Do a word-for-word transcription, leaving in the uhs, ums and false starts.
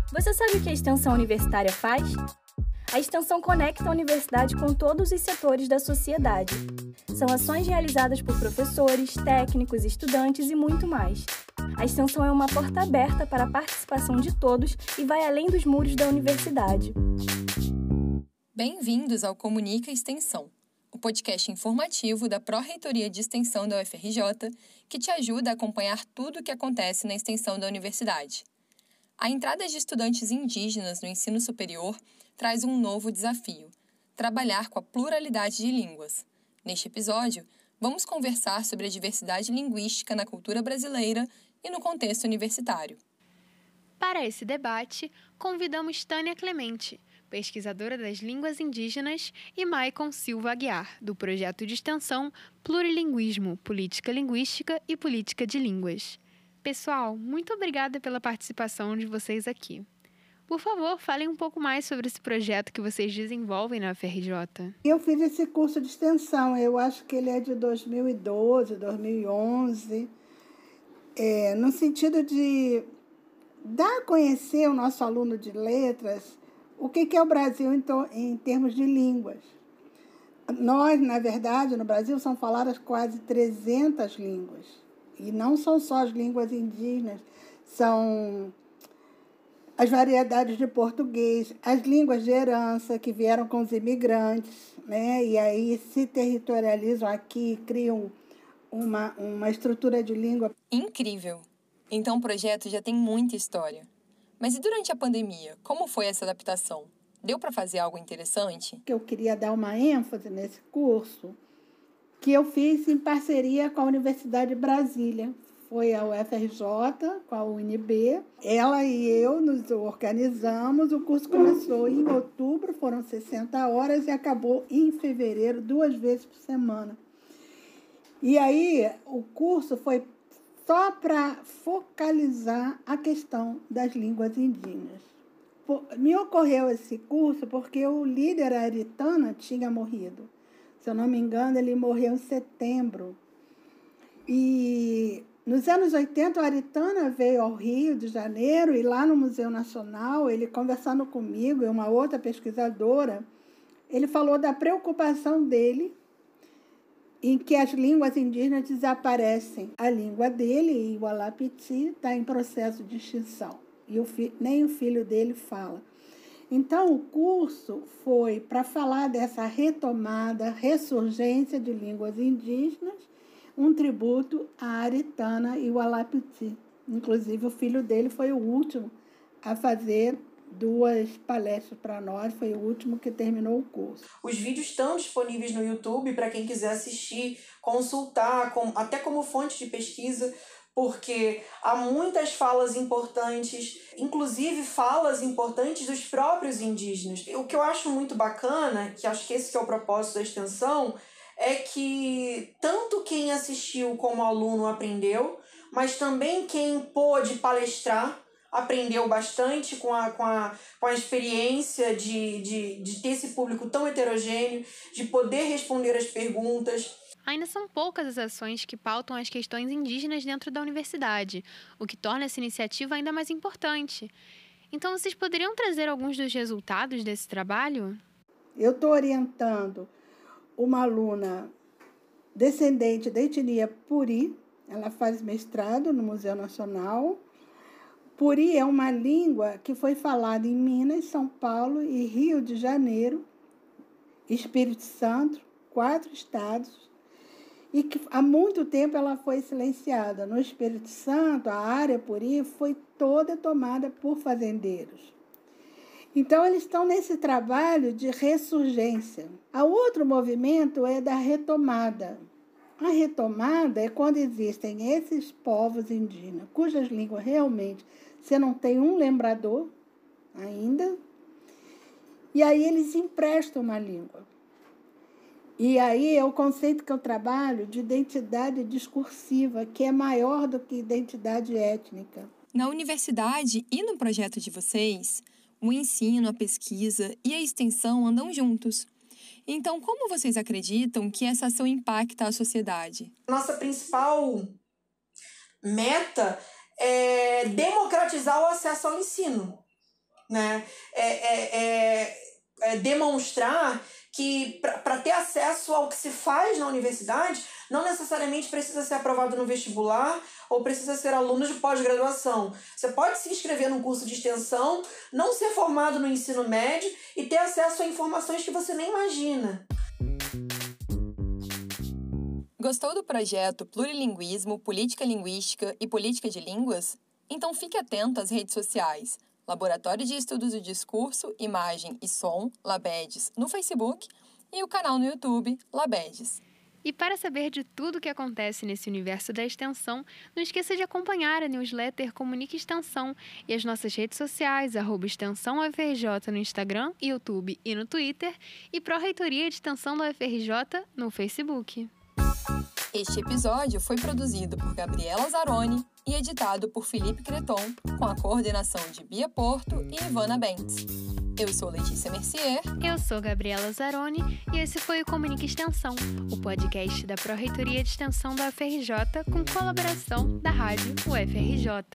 Você sabe o que a extensão universitária faz? A extensão conecta a universidade com todos os setores da sociedade. São ações realizadas por professores, técnicos, estudantes e muito mais. A extensão é uma porta aberta para a participação de todos e vai além dos muros da universidade. Bem-vindos ao Comunica Extensão, o podcast informativo da Pró-Reitoria de Extensão da U F R J, que te ajuda a acompanhar tudo o que acontece na extensão da universidade. A entrada de estudantes indígenas no ensino superior traz um novo desafio: trabalhar com a pluralidade de línguas. Neste episódio, vamos conversar sobre a diversidade linguística na cultura brasileira e no contexto universitário. Para esse debate, convidamos Tânia Clemente, pesquisadora das línguas indígenas, e Maicon Silva Aguiar, do projeto de extensão Plurilinguismo, Política Linguística e Política de Línguas. Pessoal, muito obrigada pela participação de vocês aqui. Por favor, falem um pouco mais sobre esse projeto que vocês desenvolvem na U F R J. Eu fiz esse curso de extensão, eu acho que ele é de dois mil e doze, dois mil e onze, é, no sentido de dar a conhecer ao nosso aluno de letras o que é o Brasil em, to- em termos de línguas. Nós, na verdade, no Brasil, são faladas quase trezentas línguas. E não são só as línguas indígenas, são as variedades de português, as línguas de herança que vieram com os imigrantes, né? E aí se territorializam aqui, criam uma, uma estrutura de língua. Incrível! Então o projeto já tem muita história. Mas e durante a pandemia, como foi essa adaptação? Deu para fazer algo interessante? Eu queria dar uma ênfase nesse curso que eu fiz em parceria com a Universidade de Brasília. Foi a U F R J, com a U N B. Ela e eu nos organizamos. O curso começou em outubro, foram sessenta horas, e acabou em fevereiro, duas vezes por semana. E aí o curso foi só para focalizar a questão das línguas indígenas. Me ocorreu esse curso porque o líder Aritana tinha morrido. Se eu não me engano, ele morreu em setembro. E nos anos oitenta, o Aritana veio ao Rio de Janeiro, e lá no Museu Nacional, ele conversando comigo e uma outra pesquisadora, ele falou da preocupação dele em que as línguas indígenas desaparecem. A língua dele, o Alapiti, está em processo de extinção, e o fi- nem o filho dele fala. Então, o curso foi para falar dessa retomada, ressurgência de línguas indígenas, um tributo à Aritana e o Alapiti. Inclusive, o filho dele foi o último a fazer duas palestras para nós, foi o último que terminou o curso. Os vídeos estão disponíveis no YouTube para quem quiser assistir, consultar, com, até como fonte de pesquisa, porque há muitas falas importantes, inclusive falas importantes dos próprios indígenas. O que eu acho muito bacana, que acho que esse que é o propósito da extensão, é que tanto quem assistiu como aluno aprendeu, mas também quem pôde palestrar aprendeu bastante com a, com a, com a experiência de, de, de ter esse público tão heterogêneo, de poder responder as perguntas. Ainda são poucas as ações que pautam as questões indígenas dentro da universidade, o que torna essa iniciativa ainda mais importante. Então, vocês poderiam trazer alguns dos resultados desse trabalho? Eu estou orientando uma aluna descendente da etnia Puri, ela faz mestrado no Museu Nacional. Puri é uma língua que foi falada em Minas, São Paulo e Rio de Janeiro, Espírito Santo, quatro estados, e que há muito tempo ela foi silenciada. No Espírito Santo, a área Puri foi toda tomada por fazendeiros. Então, eles estão nesse trabalho de ressurgência. O outro movimento é da retomada. A retomada é quando existem esses povos indígenas, cujas línguas realmente você não tem um lembrador ainda, e aí eles emprestam uma língua. E aí é o conceito que eu trabalho de identidade discursiva, que é maior do que identidade étnica. Na universidade e no projeto de vocês, o ensino, a pesquisa e a extensão andam juntos. Então, como vocês acreditam que essa ação impacta a sociedade? Nossa principal meta é democratizar o acesso ao ensino. né? É, é, é, é demonstrar que para ter acesso ao que se faz na universidade, não necessariamente precisa ser aprovado no vestibular ou precisa ser aluno de pós-graduação. Você pode se inscrever num curso de extensão, não ser formado no ensino médio e ter acesso a informações que você nem imagina. Gostou do projeto Plurilinguismo, Política Linguística e Política de Línguas? Então fique atento às redes sociais. Laboratório de Estudos do Discurso, Imagem e Som, Labedes, no Facebook, e o canal no YouTube, Labedes. E para saber de tudo o que acontece nesse universo da extensão, não esqueça de acompanhar a newsletter Comunique Extensão e as nossas redes sociais, arroba Extensão U F R J no Instagram, YouTube e no Twitter, e Pró-Reitoria de Extensão da U F R J no Facebook. Este episódio foi produzido por Gabriela Zaroni e editado por Felipe Creton, com a coordenação de Bia Porto e Ivana Bentes. Eu sou Letícia Mercier. Eu sou Gabriela Zaroni e esse foi o Comunique Extensão, o podcast da Pró-Reitoria de Extensão da U F R J com colaboração da Rádio U F R J.